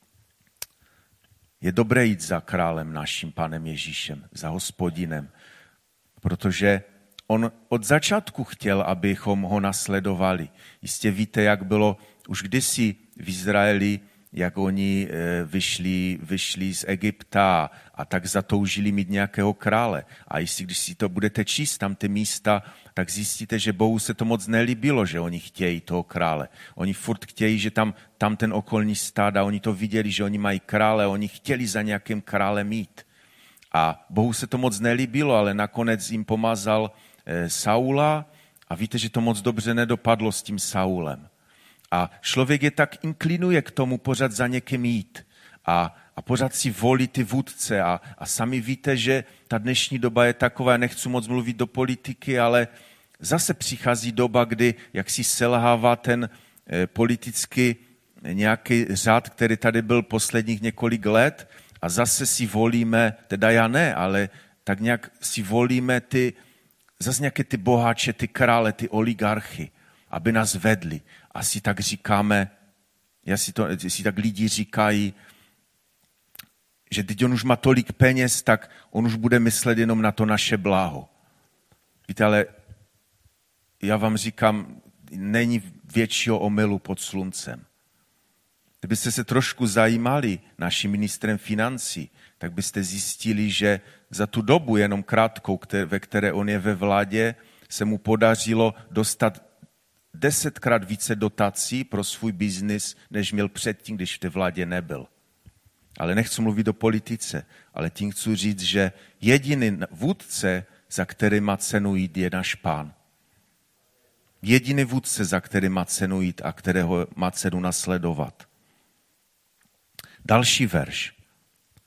je dobré jít za králem naším Pánem Ježíšem, za Hospodinem, protože on od začátku chtěl, abychom ho nasledovali. Jistě víte, jak bylo už kdysi v Izraeli, jak oni vyšli, vyšli z Egypta a tak zatoužili mít nějakého krále. A jestli když si to budete číst, tam ty místa, tak zjistíte, že Bohu se to moc nelíbilo, že oni chtějí toho krále. Oni furt chtějí, že tam, tam ten okolní stáda, oni to viděli, že oni mají krále, oni chtěli za nějakým králem mít. A Bohu se to moc nelíbilo, ale nakonec jim pomazal Saula a víte, že to moc dobře nedopadlo s tím Saulem. A člověk je tak inklinuje k tomu pořád za někým jít a, a pořád si volí ty vůdce a, a sami víte, že ta dnešní doba je taková, já nechci moc mluvit do politiky, ale zase přichází doba, kdy jak si selhává ten eh, politický nějaký řád, který tady byl posledních několik let a zase si volíme, teda já ne, ale tak nějak si volíme ty, zase nějaké ty boháče, ty krále, ty oligarchy, aby nás vedli. A si tak říkáme, já si, to, si tak lidi říkají, že teď on už má tolik peněz, tak on už bude myslet jenom na to naše bláho. Víte, ale já vám říkám, není většího omylu pod sluncem. Kdybyste se trošku zajímali naším ministrem financí, tak byste zjistili, že za tu dobu jenom krátkou, ve které on je ve vládě, se mu podařilo dostat desetkrát více dotací pro svůj biznis, než měl předtím, když v té vládě nebyl. Ale nechci mluvit o politice, ale tím chci říct, že jediný vůdce, za který má cenu jít, je náš Pán. Jediný vůdce, za který má cenu jít a kterého má cenu nasledovat. Další verš.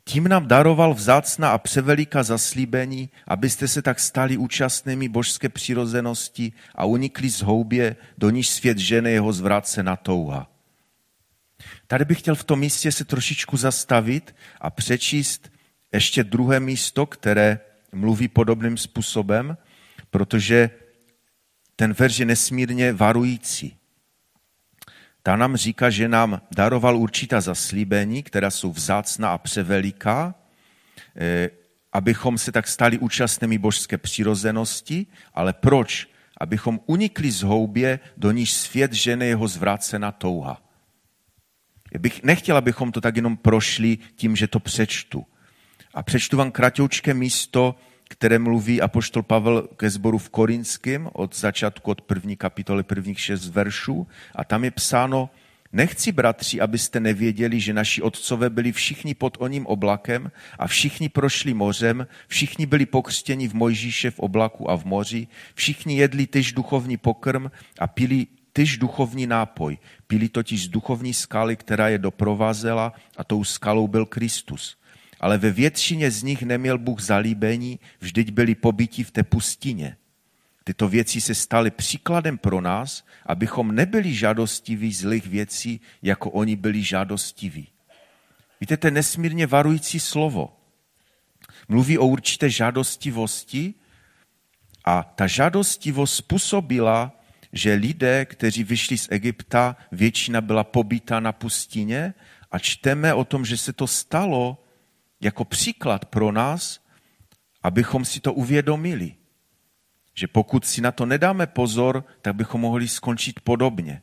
Tím nám daroval vzácná a převeliká zaslíbení, abyste se tak stali účastnými božské přirozenosti a unikli z houbě, do níž svět žene jeho zvrácená touha. Tady bych chtěl v tom místě se trošičku zastavit a přečíst ještě druhé místo, které mluví podobným způsobem, protože ten verš je nesmírně varující. Ta nám říká, že nám daroval určitá zaslíbení, která jsou vzácná a převeliká, abychom se tak stali účastnými božské přirozenosti, ale proč? Abychom unikli z houbě, do níž svět žene jeho zvrácená touha. Já bych nechtěl, abychom to tak jenom prošli tím, že to přečtu. A přečtu vám kratoučké místo, které mluví apoštol Pavel ke sboru v Korinském od začátku, od první kapitoly, prvních šest veršů. A tam je psáno: nechci, bratři, abyste nevěděli, že naši otcové byli všichni pod oním oblakem a všichni prošli mořem, všichni byli pokřtěni v Mojžíše v oblaku a v moři, všichni jedli tyž duchovní pokrm a pili tyž duchovní nápoj. Pili totiž z duchovní skaly, která je doprovázela, a tou skalou byl Kristus. Ale ve většině z nich neměl Bůh zalíbení, vždyť byli pobiti v té pustině. Tyto věci se staly příkladem pro nás, abychom nebyli žádostiví zlých věcí, jako oni byli žádostiví. Víte, to je nesmírně varující slovo. Mluví o určité žádostivosti a ta žádostivost způsobila, že lidé, kteří vyšli z Egypta, většina byla pobita na pustině, a čteme o tom, že se to stalo jako příklad pro nás, abychom si to uvědomili. Že pokud si na to nedáme pozor, tak bychom mohli skončit podobně.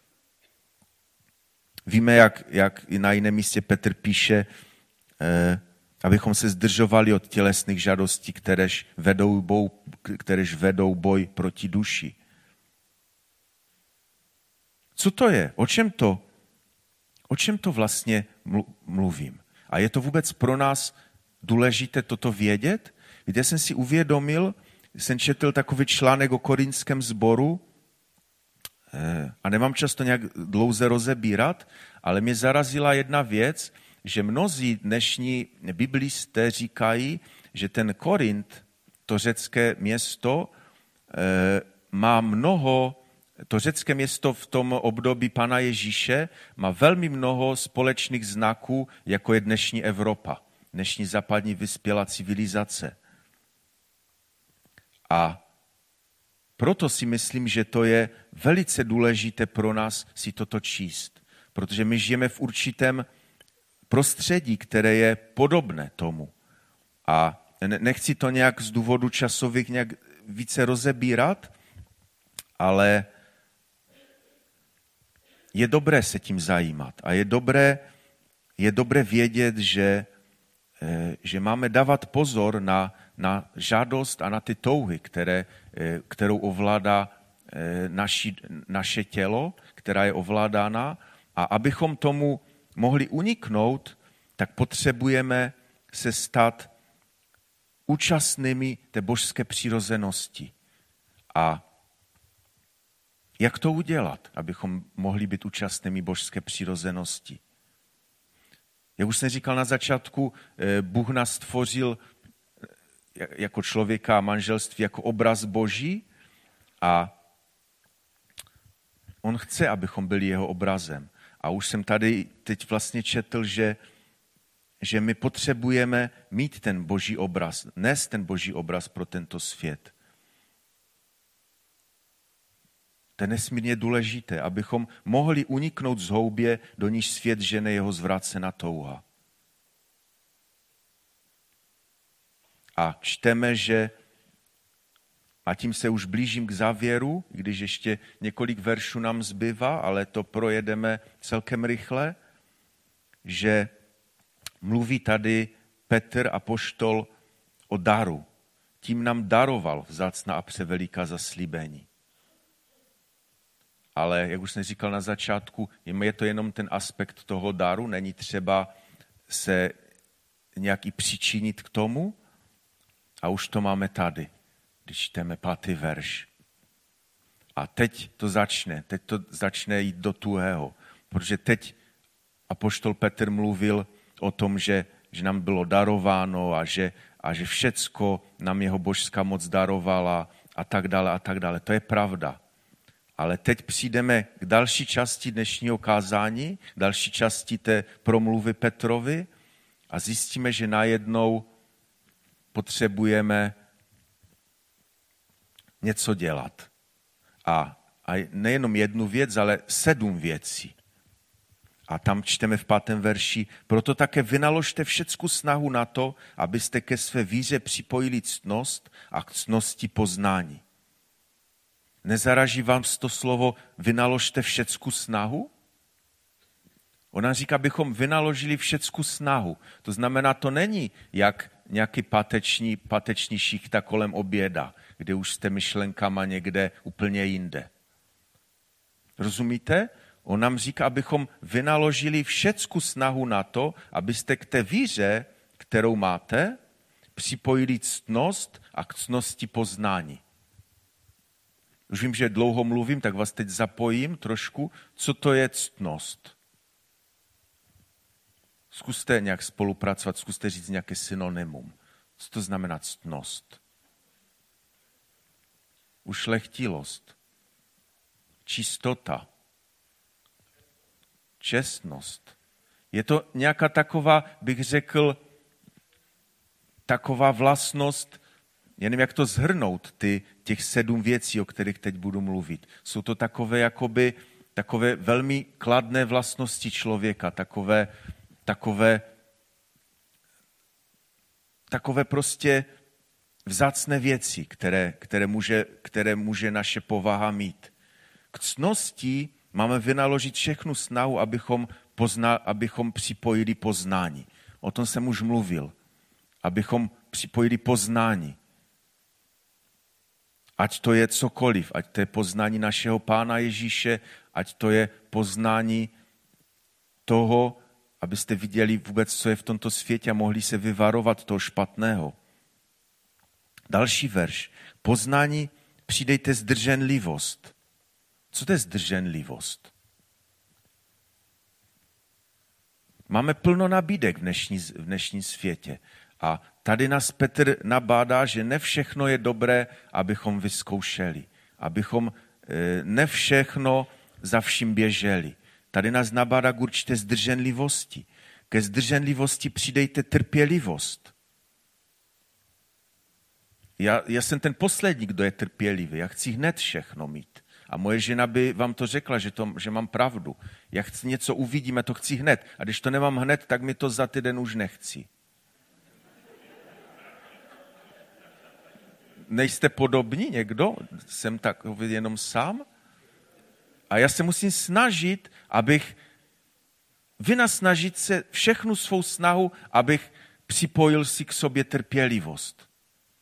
Víme, jak, jak i na jiném místě Petr píše, eh, abychom se zdržovali od tělesných žádostí, kteréž vedou, boj, kteréž vedou boj proti duši. Co to je? O čem to, o čem to vlastně mluvím? A je to vůbec pro nás důležité toto vědět? Víte, já jsem si uvědomil, jsem četl takový článek o korinském sboru a nemám čas to nějak dlouze rozebírat, ale mě zarazila jedna věc, že mnozí dnešní biblisté říkají, že ten Korint, to řecké město, má mnoho, to řecké město v tom období Pana Ježíše má velmi mnoho společných znaků, jako je dnešní Evropa, dnešní západní vyspělá civilizace. A proto si myslím, že to je velice důležité pro nás si toto číst, protože my žijeme v určitém prostředí, které je podobné tomu. A nechci to nějak z důvodu časových nějak více rozebírat, ale je dobré se tím zajímat a je dobré, je dobré vědět, že, že máme dávat pozor na, na žádost a na ty touhy, které, kterou ovládá naši, naše tělo, která je ovládána, a abychom tomu mohli uniknout, tak potřebujeme se stát účastnými té božské přirozenosti. A jak to udělat, abychom mohli být účastnými božské přirozenosti? Jak už jsem říkal na začátku, Bůh nás stvořil jako člověka a manželství jako obraz Boží a on chce, abychom byli jeho obrazem. A už jsem tady teď vlastně četl, že, že my potřebujeme mít ten Boží obraz, nést ten Boží obraz pro tento svět. To je nesmírně důležité, abychom mohli uniknout z houbě, do níž svět žene jeho zvrácená touha. A čteme, že, a tím se už blížím k závěru, když ještě několik veršů nám zbývá, ale to projedeme celkem rychle, že mluví tady Petr apoštol o daru. Tím nám daroval vzácná a převeliká zaslíbení. Ale, jak už jsem říkal na začátku, je to jenom ten aspekt toho daru, není třeba se nějak i přičinit k tomu, a už to máme tady, když čteme pátý verš. A teď to začne, teď to začne jít do tuhého, protože teď apoštol Petr mluvil o tom, že že nám bylo darováno a že, a že všecko nám jeho božská moc darovala a tak dále a tak dále. To je pravda. Ale teď přijdeme k další části dnešního kázání, k další části té promluvy Petrovi a zjistíme, že najednou potřebujeme něco dělat. A, a nejenom jednu věc, ale sedm věcí. A tam čteme v pátém verši, proto také vynaložte všecku snahu na to, abyste ke své víře připojili ctnost a k ctnosti poznání. Nezaraží vám to slovo vynaložte všecku snahu? Ona říká, abychom vynaložili všecku snahu. To znamená, to není jak nějaký pateční, pateční šichta kolem oběda, kde už jste myšlenkama někde úplně jinde. Rozumíte? On nám říká, abychom vynaložili všecku snahu na to, abyste k té víře, kterou máte, připojili ctnost a k ctnosti poznání. Už vím, že dlouho mluvím, tak vás teď zapojím trošku. Co to je ctnost? Zkuste nějak spolupracovat, zkuste říct nějaké synonymum. Co to znamená ctnost? Ušlechtilost, čistota, čestnost. Je to nějaká taková, bych řekl, taková vlastnost, já nevím, jak to shrnout, ty, těch sedm věcí, o kterých teď budu mluvit. Jsou to takové, jakoby, takové velmi kladné vlastnosti člověka, takové, takové, takové prostě vzácné věci, které, které, může, které může naše povaha mít. K ctnosti máme vynaložit všechnu snahu, abychom, pozna, abychom připojili poznání. O tom jsem už mluvil. Abychom připojili poznání. Ať to je cokoliv, ať to je poznání našeho Pána Ježíše, ať to je poznání toho, abyste viděli vůbec, co je v tomto světě a mohli se vyvarovat toho špatného. Další verš. Poznání přidejte zdrženlivost. Co to je zdrženlivost? Máme plno nabídek v dnešní, v dnešním světě. A tady nás Petr nabádá, že ne všechno je dobré, abychom vyzkoušeli. Abychom ne všechno za vším běželi. Tady nás nabádá k určité zdrženlivosti. Ke zdrženlivosti přidejte trpělivost. Já, já jsem ten poslední, kdo je trpělivý. Já chci hned všechno mít. A moje žena by vám to řekla, že, to, že mám pravdu. Já chci něco uvidím, a to chci hned. A když to nemám hned, tak mi to za týden už nechci. Nejste podobní někdo? Jsem takový jenom sám? A já se musím snažit, abych vynasnažit se všechnu svou snahu, abych připojil si k sobě trpělivost.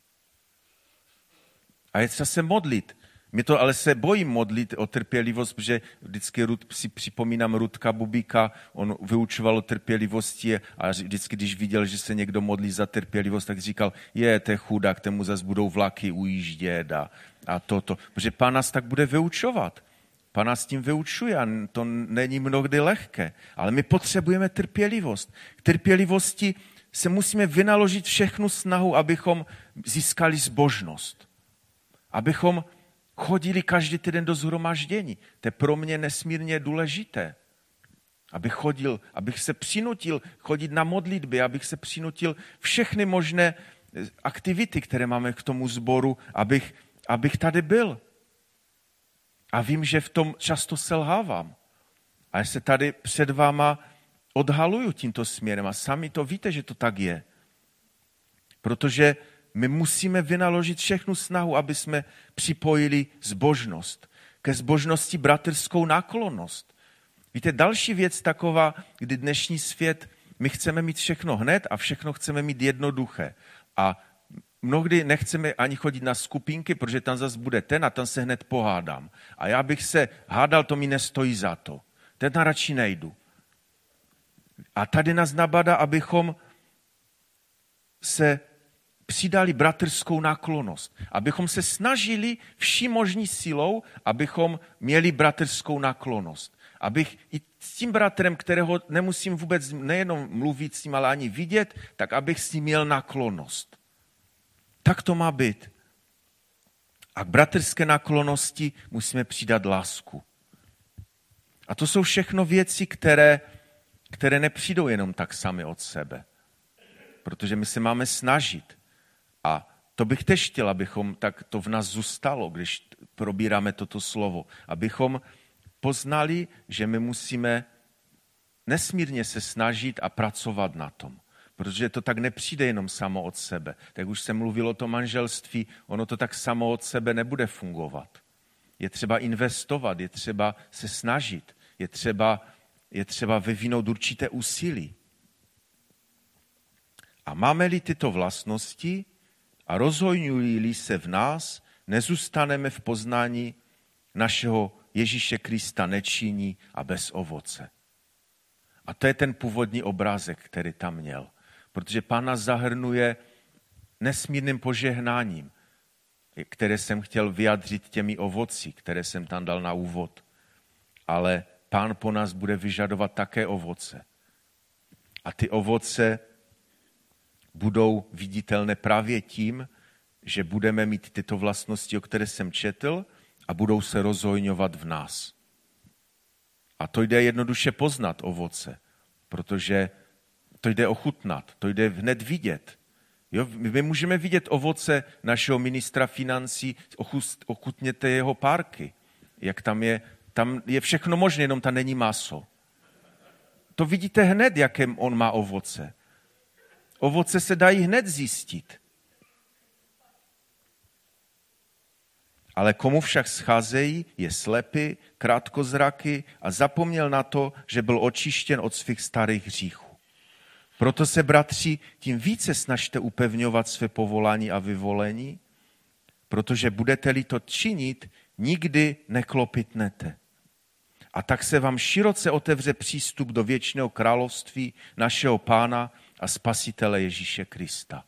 A je třeba se modlit. Mě to ale se bojím modlit o trpělivost, protože vždycky si připomínám Rudka Bubíka, on vyučoval o trpělivosti a vždycky, když viděl, že se někdo modlí za trpělivost, tak říkal, je, to je chudák, tomu zase budou vlaky ujíždět a, a toto. Protože Pán nás tak bude vyučovat. Pán nás tím vyučuje a to není mnohdy lehké. Ale my potřebujeme trpělivost. K trpělivosti se musíme vynaložit všechnu snahu, abychom získali zbožnost. Abychom chodili každý týden do shromaždění. To je pro mě nesmírně důležité. Abych chodil, abych se přinutil chodit na modlitby, abych se přinutil všechny možné aktivity, které máme k tomu sboru, abych, abych tady byl. A vím, že v tom často selhávám. A já se tady před váma odhaluju tímto směrem a sami to víte, že to tak je. Protože my musíme vynaložit všechnu snahu, aby jsme připojili zbožnost. Ke zbožnosti bratrskou náklonnost. Víte, další věc taková, kdy dnešní svět, my chceme mít všechno hned a všechno chceme mít jednoduché. A mnohdy nechceme ani chodit na skupinky, protože tam zase bude ten a tam se hned pohádám. A já bych se hádal, to mi nestojí za to. Ten radši nejdu. A tady nás nabádá, abychom se přidali bratrskou náklonnost. Abychom se snažili vším možný silou, abychom měli bratrskou náklonnost. Abych i s tím bratrem, kterého nemusím vůbec nejenom mluvit s ním, ale ani vidět, tak abych s ním měl náklonnost. Tak to má být. A k bratrské náklonnosti musíme přidat lásku. A to jsou všechno věci, které, které nepřijdou jenom tak sami od sebe. Protože my se máme snažit. A to bych tež chtěl, abychom tak to v nás zůstalo, když probíráme toto slovo. Abychom poznali, že my musíme nesmírně se snažit a pracovat na tom. Protože to tak nepřijde jenom samo od sebe. Tak už jsem mluvil o tom manželství, ono to tak samo od sebe nebude fungovat. Je třeba investovat, je třeba se snažit, je třeba, je třeba vyvinout určité úsilí. A máme-li tyto vlastnosti a rozhojňují-li se v nás, nezůstaneme v poznání našeho Ježíše Krista nečinní a bez ovoce. A to je ten původní obrázek, který tam měl. Protože Pán nás zahrnuje nesmírným požehnáním, které jsem chtěl vyjádřit těmi ovoci, které jsem tam dal na úvod. Ale Pán po nás bude vyžadovat také ovoce. A ty ovoce budou viditelné právě tím, že budeme mít tyto vlastnosti, o které jsem četl, a budou se rozhojňovat v nás. A to jde jednoduše poznat ovoce, protože to jde ochutnat, to jde hned vidět. Jo? My můžeme vidět ovoce našeho ministra financí, ochutněte jeho párky, jak tam je, tam je všechno možné, jenom tam není maso. To vidíte hned, jaké on má ovoce. Ovoce se dají hned zjistit. Ale komu však scházejí, je slepý, krátkozraký a zapomněl na to, že byl očištěn od svých starých hříchů. Proto se, bratři, tím více snažte upevňovat své povolání a vyvolení, protože budete-li to činit, nikdy neklopitnete. A tak se vám široce otevře přístup do věčného království našeho Pána a Spasitele Ježíše Krista.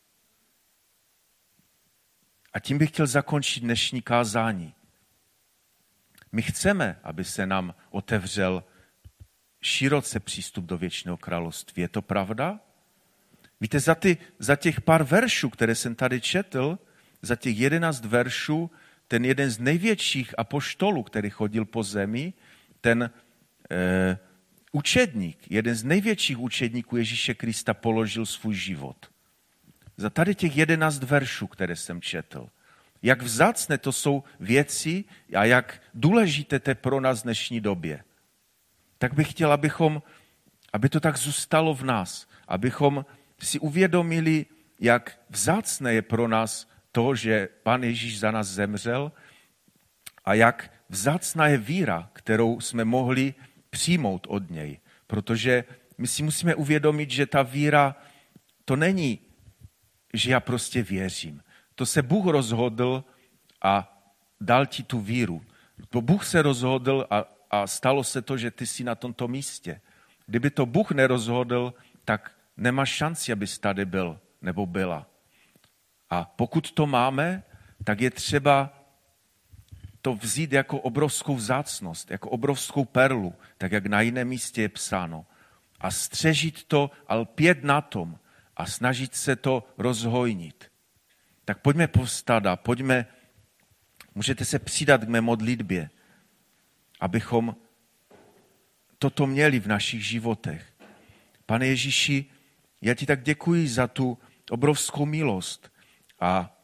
A tím bych chtěl zakončit dnešní kázání. My chceme, aby se nám otevřel široce přístup do věčného království. Je to pravda? Víte, za, ty, za těch pár veršů, které jsem tady četl, za těch jedenáct veršů, ten jeden z největších apoštolů, který chodil po zemi, ten eh, učedník, jeden z největších učedníků Ježíše Krista položil svůj život. Za tady těch jedenáct veršů, které jsem četl. Jak vzácné to jsou věci a jak důležité to je pro nás v dnešní době. Tak bych chtěl, abychom, aby to tak zůstalo v nás, abychom si uvědomili, jak vzácné je pro nás to, že Pán Ježíš za nás zemřel a jak vzácná je víra, kterou jsme mohli přijmout od něj. Protože my si musíme uvědomit, že ta víra, to není, že já prostě věřím. To se Bůh rozhodl a dal ti tu víru. To Bůh se rozhodl a, a stalo se to, že ty jsi na tomto místě. Kdyby to Bůh nerozhodl, tak nemáš šanci, abys tady byl nebo byla. A pokud to máme, tak je třeba to vzít jako obrovskou vzácnost, jako obrovskou perlu, tak jak na jiném místě je psáno. A střežit to a lpět na tom a snažit se to rozhojnit. Tak pojďme povstat a pojďme, můžete se přidat k mé modlitbě, abychom toto měli v našich životech. Pane Ježíši, já ti tak děkuji za tu obrovskou milost a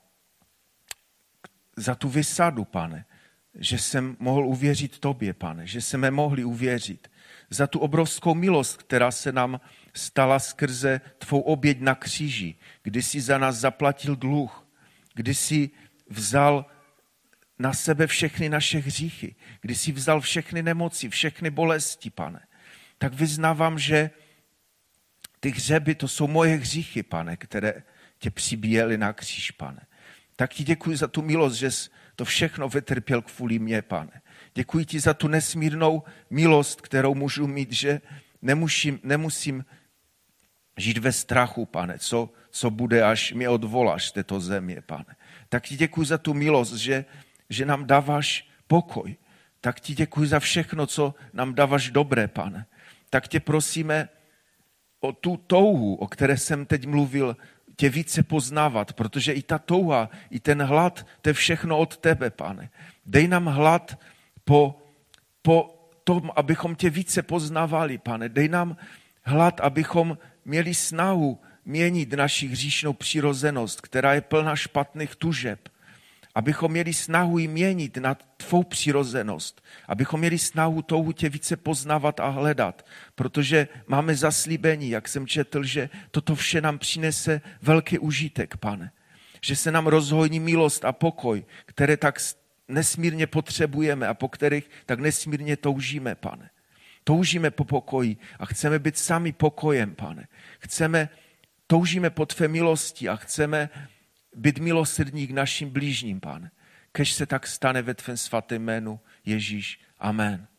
za tu vysadu, pane, že jsem mohl uvěřit tobě, pane, že jsme mohli uvěřit. Za tu obrovskou milost, která se nám stala skrze tvou oběť na kříži, kdy jsi za nás zaplatil dluh, kdy jsi vzal na sebe všechny naše hříchy, kdy jsi vzal všechny nemoci, všechny bolesti, pane. Tak vyznávám, že ty hřeby, to jsou moje hříchy, pane, které tě přibíjely na kříž, pane. Tak ti děkuji za tu milost, že jsi to všechno vytrpěl kvůli mě, pane. Děkuji ti za tu nesmírnou milost, kterou můžu mít, že nemusím, nemusím žít ve strachu, pane, co, co bude, až mě odvoláš z této země, pane. Tak ti děkuji za tu milost, že, že nám dáváš pokoj. Tak ti děkuji za všechno, co nám dáváš dobré, Pane. Tak tě prosíme o tu touhu, o které jsem teď mluvil, tě více poznávat, protože i ta touha, i ten hlad, to je všechno od tebe, Pane. Dej nám hlad po, po tom, abychom tě více poznávali, Pane. Dej nám hlad, abychom měli snahu měnit naši hříšnou přirozenost, která je plná špatných tužeb. Abychom měli snahu ji měnit na tvou přirozenost. Abychom měli snahu touhu tě více poznávat a hledat. Protože máme zaslíbení, jak jsem četl, že toto vše nám přinese velký užitek, Pane. Že se nám rozhojní milost a pokoj, které tak nesmírně potřebujeme a po kterých tak nesmírně toužíme, Pane. Toužíme po pokoji a chceme být sami pokojem, Pane. Chceme, toužíme po tvé milosti a chceme být milosrdní k našim blížním, Pane. Kež se tak stane ve tvém svatém jménu, Ježíš. Amen.